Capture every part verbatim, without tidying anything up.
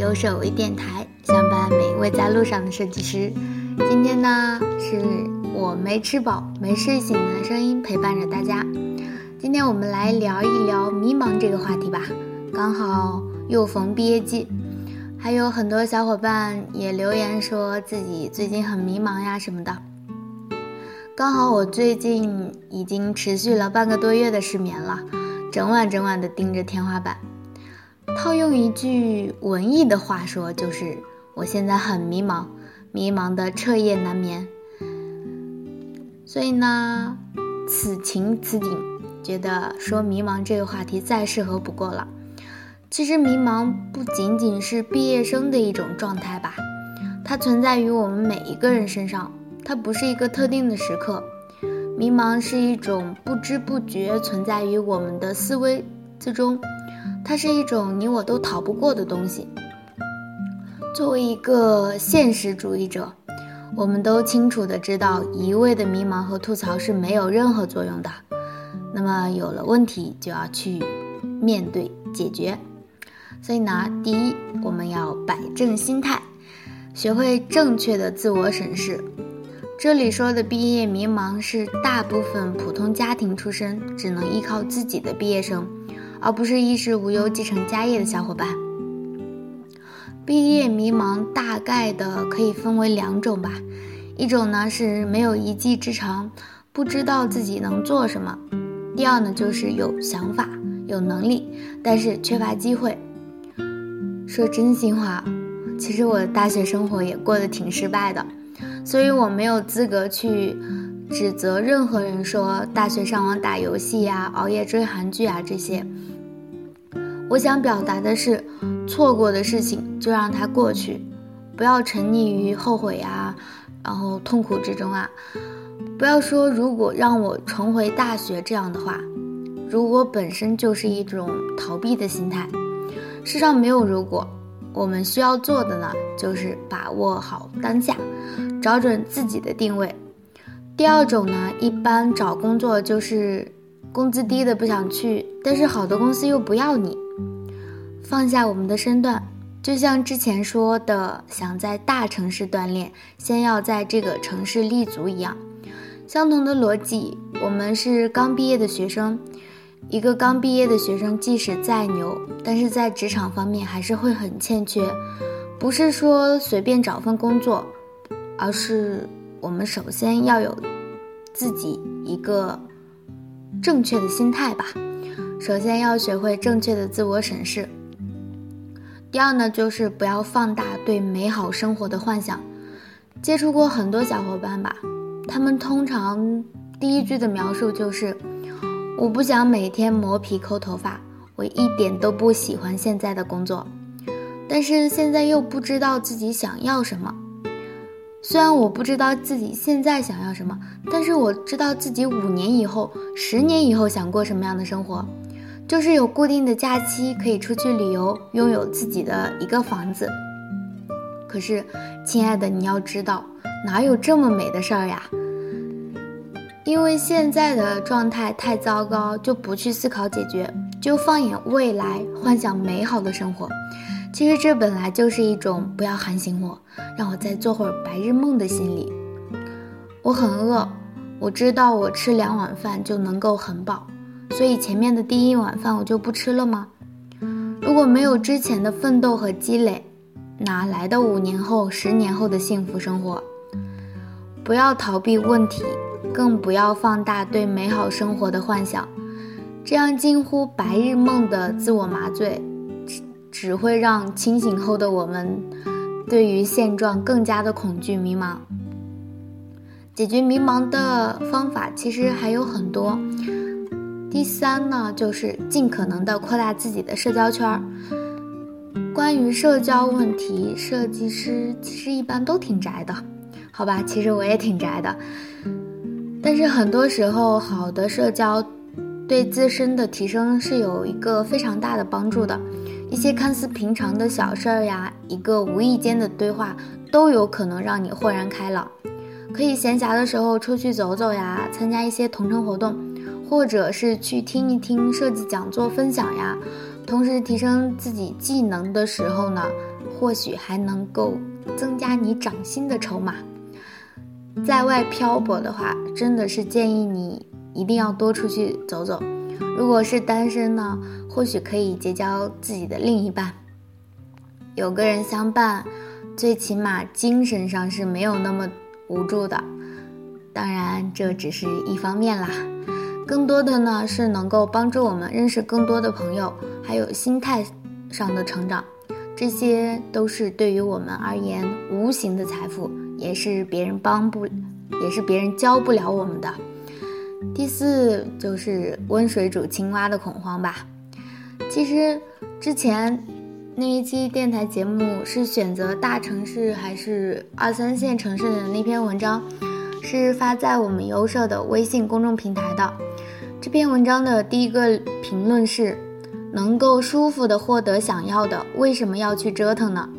优设微电台，相伴每一位在路上的设计师。今天呢，是我没吃饱没睡醒的声音陪伴着大家。今天我们来聊一聊迷茫这个话题吧，刚好又逢毕业季，还有很多小伙伴也留言说自己最近很迷茫呀什么的。刚好我最近已经持续了半个多月的失眠了，整晚整晚的盯着天花板。套用一句文艺的话说，就是我现在很迷茫，迷茫的彻夜难眠。所以呢，此情此景，觉得说迷茫这个话题再适合不过了。其实迷茫不仅仅是毕业生的一种状态吧，它存在于我们每一个人身上，它不是一个特定的时刻。迷茫是一种不知不觉存在于我们的思维之中，它是一种你我都逃不过的东西。作为一个现实主义者，我们都清楚地知道一味的迷茫和吐槽是没有任何作用的，那么有了问题就要去面对解决。所以呢，第一，我们要摆正心态，学会正确的自我审视。这里说的毕业迷茫是大部分普通家庭出身，只能依靠自己的毕业生，而不是衣食无忧继承家业的小伙伴。毕业迷茫大概的可以分为两种吧，一种呢是没有一技之长，不知道自己能做什么；第二呢就是有想法有能力，但是缺乏机会。说真心话，其实我的大学生活也过得挺失败的，所以我没有资格去指责任何人说大学上网打游戏呀、熬夜追韩剧啊这些。我想表达的是，错过的事情就让它过去，不要沉溺于后悔啊，然后痛苦之中啊。不要说如果让我重回大学这样的话，如果本身就是一种逃避的心态。世上没有如果，我们需要做的呢，就是把握好当下，找准自己的定位。第二种呢，一般找工作就是工资低的不想去，但是好的公司又不要你。放下我们的身段，就像之前说的，想在大城市锻炼，先要在这个城市立足一样。相同的逻辑，我们是刚毕业的学生，一个刚毕业的学生即使再牛，但是在职场方面还是会很欠缺。不是说随便找份工作，而是我们首先要有自己一个正确的心态吧，首先要学会正确的自我审视。第二呢，就是不要放大对美好生活的幻想。接触过很多小伙伴吧，他们通常第一句的描述就是我不想每天磨皮抠头发，我一点都不喜欢现在的工作，但是现在又不知道自己想要什么。虽然我不知道自己现在想要什么，但是我知道自己五年以后、十年以后想过什么样的生活，就是有固定的假期，可以出去旅游，拥有自己的一个房子。可是，亲爱的，你要知道，哪有这么美的事儿呀？因为现在的状态太糟糕，就不去思考解决，就放眼未来，幻想美好的生活。其实这本来就是一种不要喊醒我，让我再做会儿白日梦的心理。我很饿，我知道我吃两碗饭就能够很饱，所以前面的第一碗饭我就不吃了吗？如果没有之前的奋斗和积累，哪来的五年后、十年后的幸福生活？不要逃避问题，更不要放大对美好生活的幻想，这样近乎白日梦的自我麻醉，只会让清醒后的我们对于现状更加的恐惧迷茫。解决迷茫的方法其实还有很多。第三呢，就是尽可能的扩大自己的社交圈。关于社交问题，设计师其实一般都挺宅的，好吧，其实我也挺宅的。但是很多时候，好的社交对自身的提升是有一个非常大的帮助的。一些看似平常的小事儿呀，一个无意间的对话，都有可能让你豁然开朗。可以闲暇的时候出去走走呀，参加一些同城活动，或者是去听一听设计讲座分享呀。同时提升自己技能的时候呢， 或许还能够增加你涨薪的筹码。在外漂泊的话，真的是建议你一定要多出去走走。如果是单身呢，或许可以结交自己的另一半，有个人相伴，最起码精神上是没有那么无助的。当然这只是一方面啦，更多的呢是能够帮助我们认识更多的朋友，还有心态上的成长，这些都是对于我们而言无形的财富，也是别人帮不也是别人教不了我们的。第四就是温水煮青蛙的恐慌吧。其实之前那一期电台节目是选择大城市还是二三线城市的那篇文章，是发在我们优社的微信公众平台的。这篇文章的第一个评论是：能够舒服地获得想要的，为什么要去折腾呢？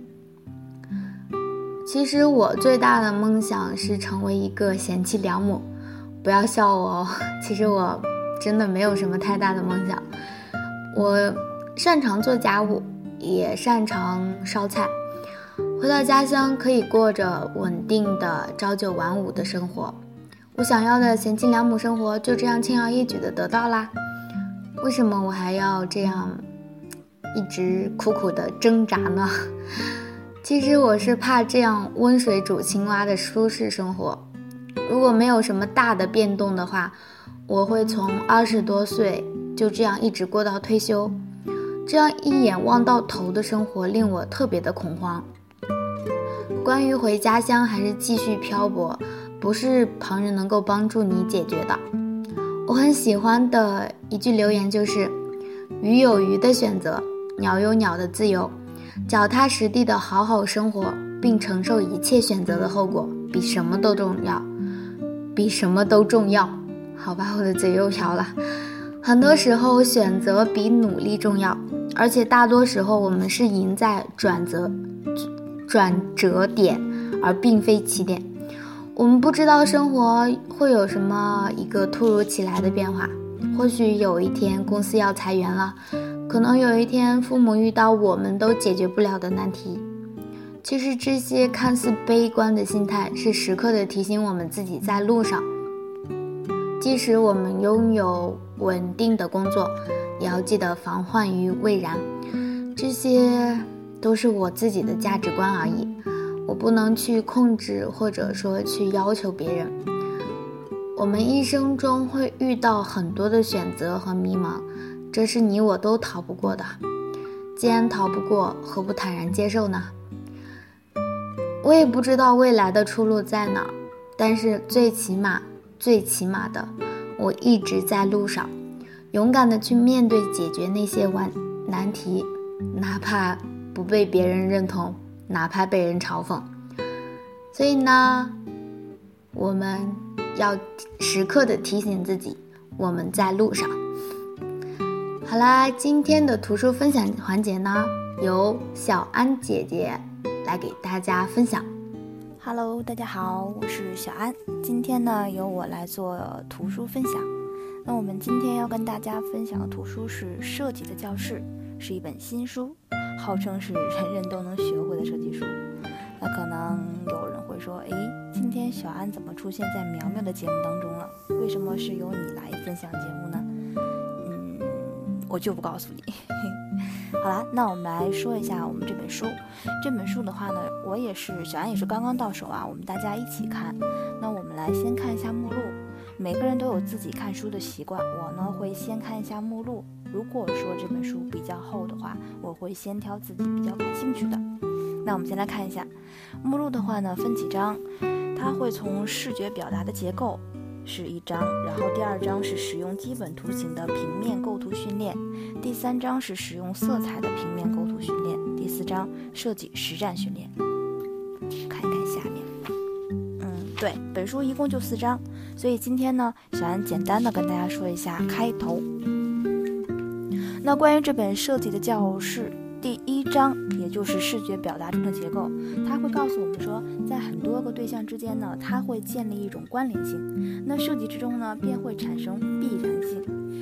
其实我最大的梦想是成为一个贤妻良母。不要笑我哦，其实我真的没有什么太大的梦想。我擅长做家务，也擅长烧菜，回到家乡可以过着稳定的朝九晚五的生活。我想要的贤妻良母生活就这样轻而易举的得到啦。为什么我还要这样一直苦苦的挣扎呢？其实我是怕这样温水煮青蛙的舒适生活，如果没有什么大的变动的话，我会从二十多岁就这样一直过到退休。这样一眼望到头的生活令我特别的恐慌。关于回家乡还是继续漂泊，不是旁人能够帮助你解决的。我很喜欢的一句留言就是：鱼有鱼的选择，鸟有鸟的自由，脚踏实地的好好生活，并承受一切选择的后果，比什么都重要，比什么都重要。好吧，我的嘴又瓢了。很多时候选择比努力重要，而且大多时候我们是赢在转折转折点，而并非起点。我们不知道生活会有什么一个突如其来的变化，或许有一天公司要裁员了，可能有一天父母遇到我们都解决不了的难题。其实这些看似悲观的心态是时刻的提醒我们自己在路上，即使我们拥有稳定的工作，也要记得防患于未然。这些都是我自己的价值观而已，我不能去控制或者说去要求别人。我们一生中会遇到很多的选择和迷茫，这是你我都逃不过的。既然逃不过，何不坦然接受呢？我也不知道未来的出路在哪儿，但是最起码最起码的，我一直在路上，勇敢的去面对解决那些难题，哪怕不被别人认同，哪怕被人嘲讽。所以呢，我们要时刻的提醒自己，我们在路上。好啦，今天的图书分享环节呢，由小安姐姐来给大家分享。 Hello， 大家好，我是小安。今天呢，由我来做图书分享。那我们今天要跟大家分享的图书是《设计的教室》，是一本新书，号称是人人都能学会的设计书。那可能有人会说，诶，今天小安怎么出现在苗苗的节目当中了？为什么是由你来分享节目呢？嗯，我就不告诉你。好啦，那我们来说一下我们这本书。这本书的话呢，我也是小安也是刚刚到手啊，我们大家一起看。那我们来先看一下目录。每个人都有自己看书的习惯，我呢会先看一下目录。如果说这本书比较厚的话，我会先挑自己比较感兴趣的。那我们先来看一下目录的话呢，分几章，它会从视觉表达的结构是一章，然后第二章是使用基本图形的平面构图训练，第三章是使用色彩的平面构图训练，第四章设计实战训练。看一看下面，嗯，对，本书一共就四章，所以今天呢，小安简单的跟大家说一下开头。那关于这本设计的教室，第一章也就是视觉表达中的结构，它会告诉我们说，在很多个对象之间呢，它会建立一种关联性，那设计之中呢便会产生必然性。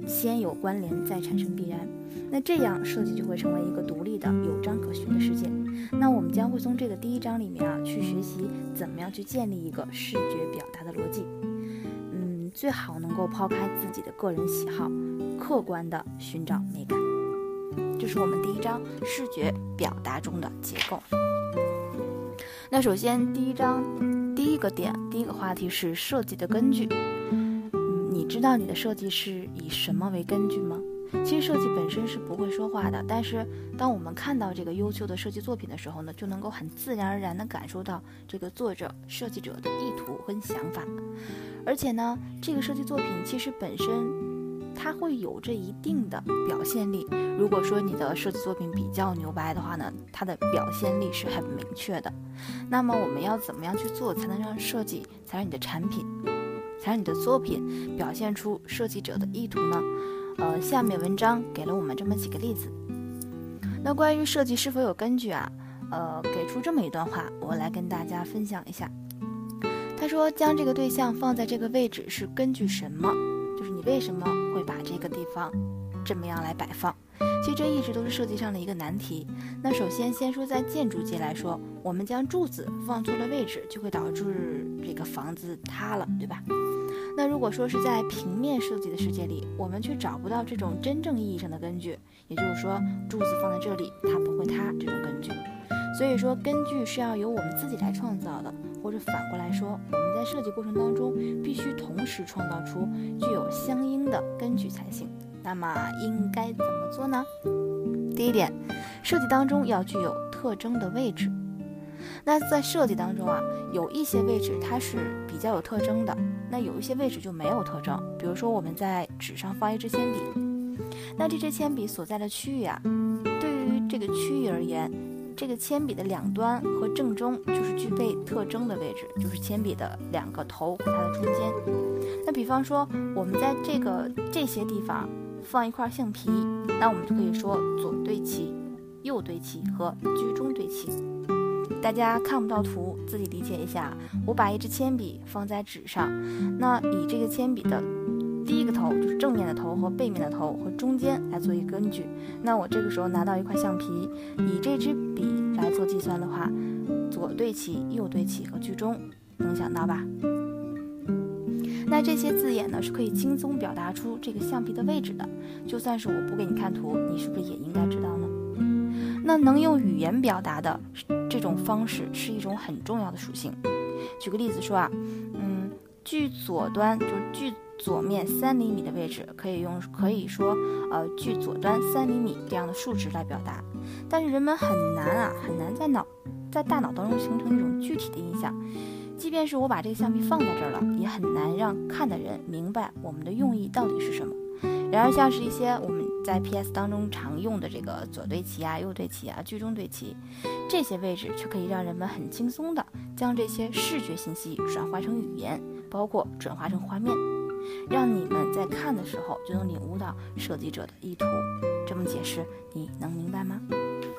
先有关联再产生必然。那这样设计就会成为一个独立的有章可循的世界。那我们将会从这个第一章里面啊去学习怎么样去建立一个视觉表达的逻辑。嗯，最好能够抛开自己的个人喜好，客观的寻找美感。这是我们第一章视觉表达中的结构。那首先第一章第一个点，第一个话题是设计的根据。嗯，你知道你的设计是以什么为根据吗？其实设计本身是不会说话的，但是当我们看到这个优秀的设计作品的时候呢，就能够很自然而然地感受到这个作者设计者的意图和想法。而且呢，这个设计作品其实本身它会有着一定的表现力。如果说你的设计作品比较牛掰的话呢，它的表现力是很明确的。那么我们要怎么样去做才能让设计，才让你的产品，才让你的作品表现出设计者的意图呢？呃，下面文章给了我们这么几个例子。那关于设计是否有根据啊，呃，给出这么一段话，我来跟大家分享一下。他说，将这个对象放在这个位置是根据什么？就是你为什么会把这个地方这么样来摆放？其实这一直都是设计上的一个难题。那首先先说在建筑界来说，我们将柱子放错了位置，就会导致这个房子塌了，对吧？那如果说是在平面设计的世界里，我们却找不到这种真正意义上的根据，也就是说柱子放在这里它不会塌这种根据。所以说根据是要由我们自己来创造的，或者反过来说，我们在设计过程当中必须同时创造出具有相应的根据才行。那么应该怎么做呢？第一点，设计当中要具有特征的位置。那在设计当中啊，有一些位置它是比较有特征的，那有一些位置就没有特征。比如说我们在纸上放一支铅笔，那这支铅笔所在的区域啊，对于这个区域而言，这个铅笔的两端和正中就是具备特征的位置，就是铅笔的两个头和它的中间。那比方说我们在这个这些地方放一块橡皮，那我们就可以说左对齐、右对齐和居中对齐。大家看不到图，自己理解一下。我把一支铅笔放在纸上，那以这个铅笔的第一个头，就是正面的头和背面的头和中间来做一个根据。那我这个时候拿到一块橡皮，以这支笔来做计算的话，左对齐、右对齐和居中，能想到吧？那这些字眼呢，是可以轻松表达出这个橡皮的位置的。就算是我不给你看图，你是不是也应该知道呢？那能用语言表达的这种方式是一种很重要的属性。举个例子说啊，嗯，距左端就是距左面三厘米的位置，可以用可以说呃距左端三厘米这样的数值来表达。但是人们很难啊，很难在脑在大脑当中形成一种具体的印象。即便是我把这个橡皮放在这儿了，也很难让看的人明白我们的用意到底是什么。然而像是一些我们在 P S 当中常用的这个左对齐啊、右对齐啊、居中对齐，这些位置却可以让人们很轻松的将这些视觉信息转化成语言，包括转化成画面，让你们在看的时候就能领悟到设计者的意图。这么解释你能明白吗？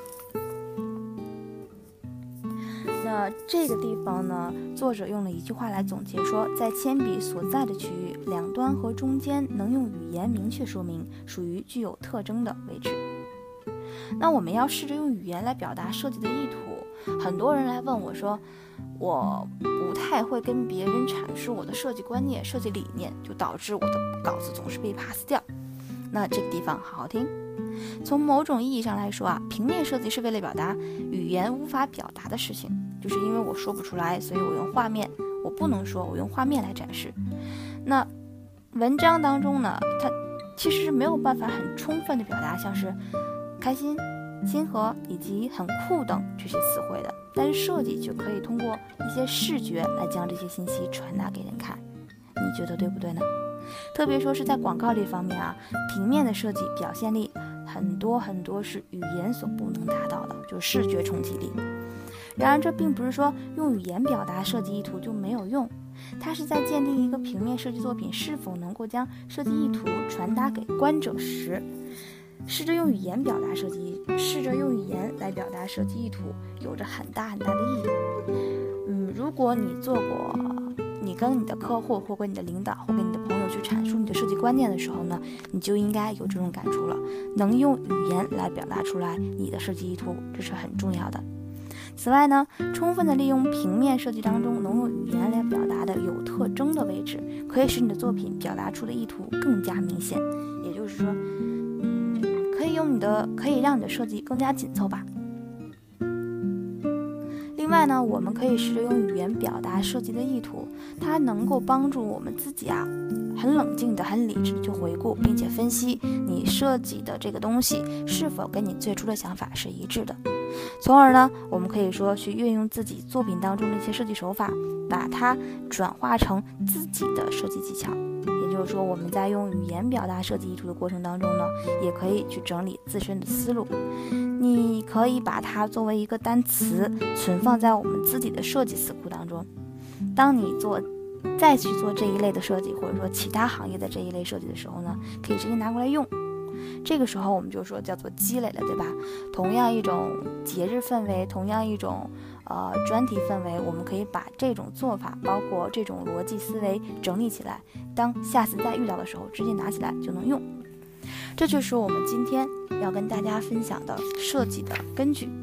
那这个地方呢，作者用了一句话来总结说，在铅笔所在的区域两端和中间能用语言明确说明，属于具有特征的位置。那我们要试着用语言来表达设计的意图。很多人来问我说，我不太会跟别人阐述我的设计观念、设计理念，就导致我的稿子总是被 pass 掉。那这个地方好好听。从某种意义上来说啊，平面设计是为了表达语言无法表达的事情，就是因为我说不出来，所以我用画面，我不能说，我用画面来展示。那文章当中呢，它其实是没有办法很充分的表达像是开心、亲和以及很酷等这些词汇的，但是设计就可以通过一些视觉来将这些信息传达给人看。你觉得对不对呢？特别说是在广告这方面啊，平面的设计表现力很多很多是语言所不能达到的，就是视觉冲击力。然而这并不是说用语言表达设计意图就没有用，它是在鉴定一个平面设计作品是否能够将设计意图传达给观者时，试着用语言表达设计，试着用语言来表达设计意图，有着很大很大的意义。嗯，如果你做过你跟你的客户或跟你的领导或跟你的朋友去阐述你的设计观念的时候呢，你就应该有这种感触了，能用语言来表达出来你的设计意图，这是很重要的。此外呢，充分的利用平面设计当中能用语言来表达的有特征的位置，可以使你的作品表达出的意图更加明显。也就是说，嗯，可以用你的，可以让你的设计更加紧凑吧。另外呢，我们可以试着用语言表达设计的意图，它能够帮助我们自己啊，很冷静的、很理智的去回顾，并且分析你设计的这个东西是否跟你最初的想法是一致的。从而呢，我们可以说去运用自己作品当中的一些设计手法，把它转化成自己的设计技巧。也就是说，我们在用语言表达设计意图的过程当中呢，也可以去整理自身的思路。你可以把它作为一个单词存放在我们自己的设计词库当中。当你做再去做这一类的设计，或者说其他行业的这一类设计的时候呢，可以直接拿过来用。这个时候我们就说叫做积累了，对吧？同样一种节日氛围，同样一种呃专题氛围，我们可以把这种做法，包括这种逻辑思维整理起来，当下次再遇到的时候，直接拿起来就能用。这就是我们今天要跟大家分享的设计的根据。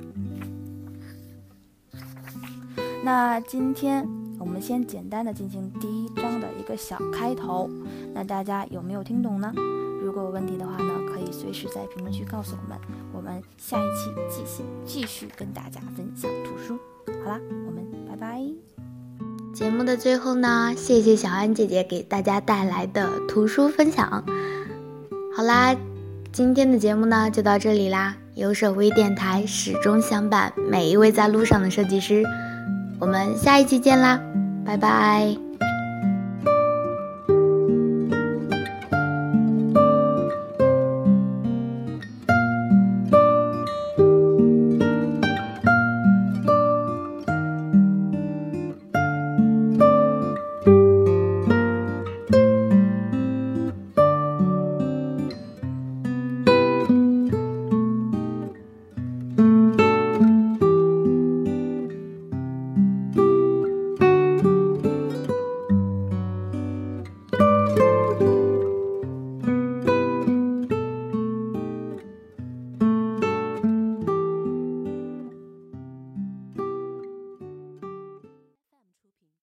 那今天我们先简单的进行第一章的一个小开头，那大家有没有听懂呢？如果有问题的话呢，可以随时在评论区告诉我们，我们下一期继续继续跟大家分享图书。好啦，我们拜拜。 节目的最后呢，谢谢小安姐姐给大家带来的图书分享。好啦，今天的节目呢就到这里啦。有手微电台始终相伴每一位在路上的设计师，我们下一期见啦，拜拜。